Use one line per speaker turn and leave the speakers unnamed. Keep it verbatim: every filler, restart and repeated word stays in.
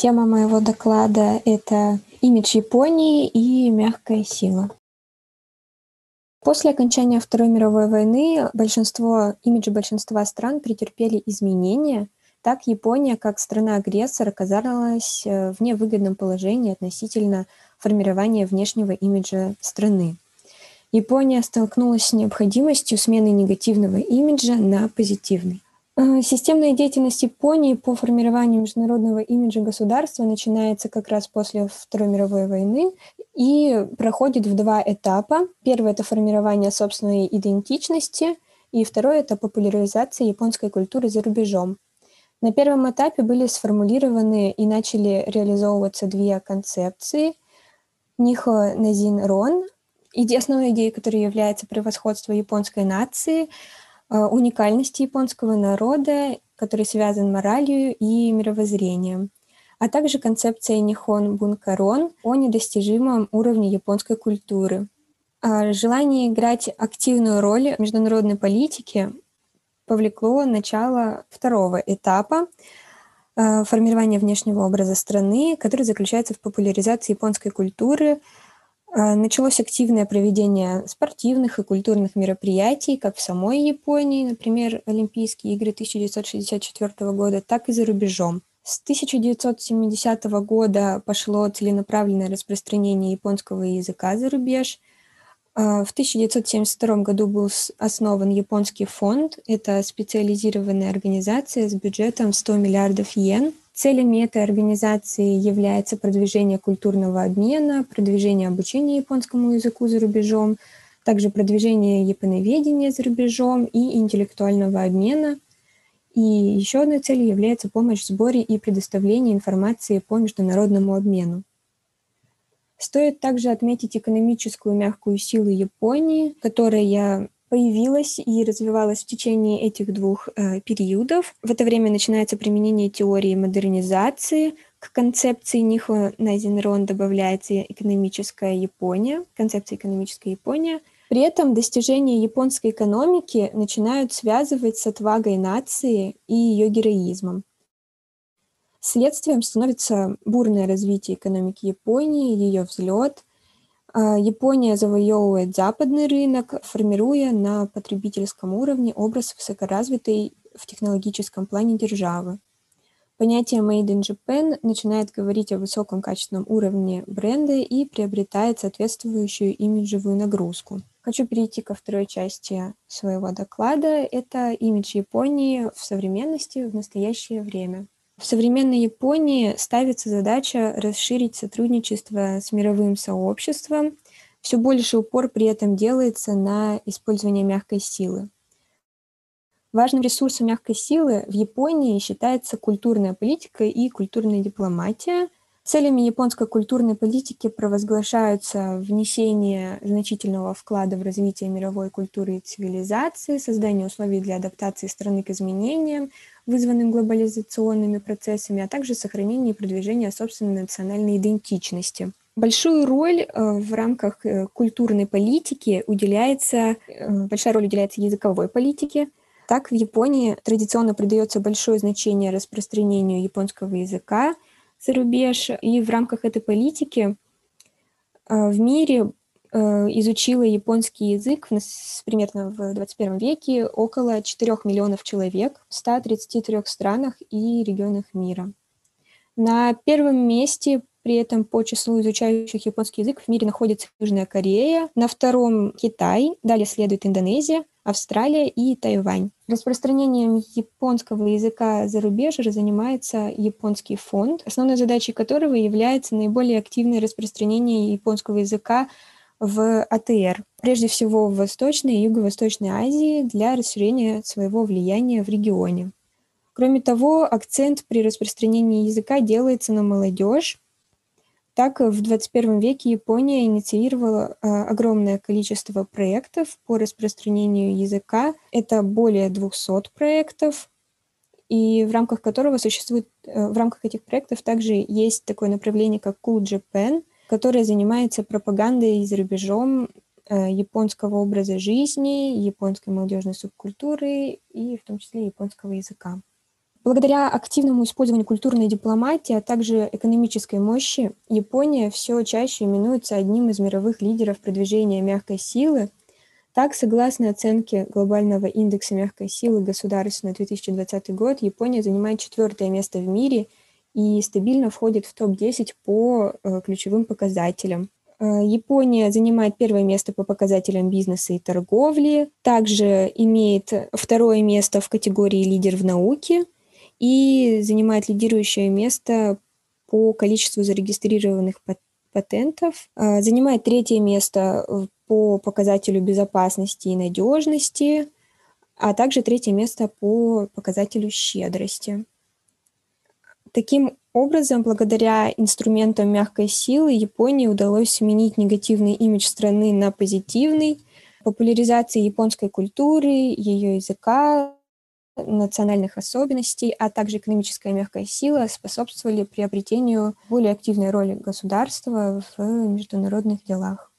Тема моего доклада — это имидж Японии и мягкая сила. После окончания Второй мировой войны большинство, имиджи большинства стран претерпели изменения. Так Япония, как страна-агрессор, оказалась в невыгодном положении относительно формирования внешнего имиджа страны. Япония столкнулась с необходимостью смены негативного имиджа на позитивный. Системная деятельность Японии по формированию международного имиджа государства начинается как раз после Второй мировой войны и проходит в два этапа. Первый — это формирование собственной идентичности, и второй — это популяризация японской культуры за рубежом. На первом этапе были сформулированы и начали реализовываться две концепции — Нихо Назин Рон, иде- основной идеей которой является превосходство японской нации, уникальности японского народа, который связан моралью и мировоззрением, а также концепция Нихон Бункарон о недостижимом уровне японской культуры. Желание играть активную роль в международной политике повлекло начало второго этапа формирования внешнего образа страны, который заключается в популяризации японской культуры. Началось активное проведение спортивных и культурных мероприятий как в самой Японии, например, Олимпийские игры тысяча девятьсот шестьдесят четвёртого года, так и за рубежом. С тысяча девятьсот семидесятого года пошло целенаправленное распространение японского языка за рубеж. В тысяча девятьсот семьдесят втором году был основан Японский фонд. Это специализированная организация с бюджетом сто миллиардов йен. Целями этой организации является продвижение культурного обмена, продвижение обучения японскому языку за рубежом, также продвижение японоведения за рубежом и интеллектуального обмена. И еще одной целью является помощь в сборе и предоставлении информации по международному обмену. Стоит также отметить экономическую мягкую силу Японии, которая появилась и развивалась в течение этих двух э, периодов. В это время начинается применение теории модернизации. К концепции Нихо Назин Рон добавляется экономическая Япония, концепция экономическая Япония. При этом достижения японской экономики начинают связывать с отвагой нации и ее героизмом. Следствием становится бурное развитие экономики Японии, ее взлет. Япония завоевывает западный рынок, формируя на потребительском уровне образ высокоразвитой в технологическом плане державы. Понятие «Made in Japan» начинает говорить о высоком качественном уровне бренда и приобретает соответствующую имиджевую нагрузку. Хочу перейти ко второй части своего доклада. Это имидж Японии в современности, в настоящее время. В современной Японии ставится задача расширить сотрудничество с мировым сообществом. Все больше упор при этом делается на использование мягкой силы. Важным ресурсом мягкой силы в Японии считается культурная политика и культурная дипломатия. Целями японской культурной политики провозглашаются внесение значительного вклада в развитие мировой культуры и цивилизации, создание условий для адаптации страны к изменениям, вызванным глобализационными процессами, а также сохранение и продвижение собственной национальной идентичности. Большую роль в рамках культурной политики уделяется, большая роль уделяется языковой политике. Так, в Японии традиционно придается большое значение распространению японского языка за рубеж, и в рамках этой политики в мире изучило японский язык примерно в двадцать первом веке около четырёх миллионов человек в ста тридцати трёх странах и регионах мира. На первом месте при этом по числу изучающих японский язык в мире находится Южная Корея, на втором Китай, далее следует Индонезия, Австралия и Тайвань. Распространением японского языка за рубеж занимается Японский фонд, основной задачей которого является наиболее активное распространение японского языка в а тэ эр, прежде всего в Восточной и Юго-Восточной Азии, для расширения своего влияния в регионе. Кроме того, акцент при распространении языка делается на молодежь. Так, в двадцать первом веке Япония инициировала э, огромное количество проектов по распространению языка. Это более двухсот проектов, и в рамках которого существует, э, в рамках этих проектов также есть такое направление, как Cool Japan, которое занимается пропагандой за рубежом э, японского образа жизни, японской молодежной субкультуры и в том числе японского языка. Благодаря активному использованию культурной дипломатии, а также экономической мощи, Япония все чаще именуется одним из мировых лидеров продвижения мягкой силы. Так, согласно оценке глобального индекса мягкой силы государств на две тысячи двадцатый год, Япония занимает четвертое место в мире и стабильно входит в топ десять по э, ключевым показателям. Э, Япония занимает первое место по показателям бизнеса и торговли, также имеет второе место в категории «Лидер в науке» и занимает лидирующее место по количеству зарегистрированных патентов патентов, занимает третье место по показателю безопасности и надежности, а также третье место по показателю щедрости. Таким образом, благодаря инструментам мягкой силы Японии удалось сменить негативный имидж страны на позитивный. Популяризация японской культуры, ее языка, национальных особенностей, а также экономическая мягкая сила способствовали приобретению более активной роли государства в международных делах.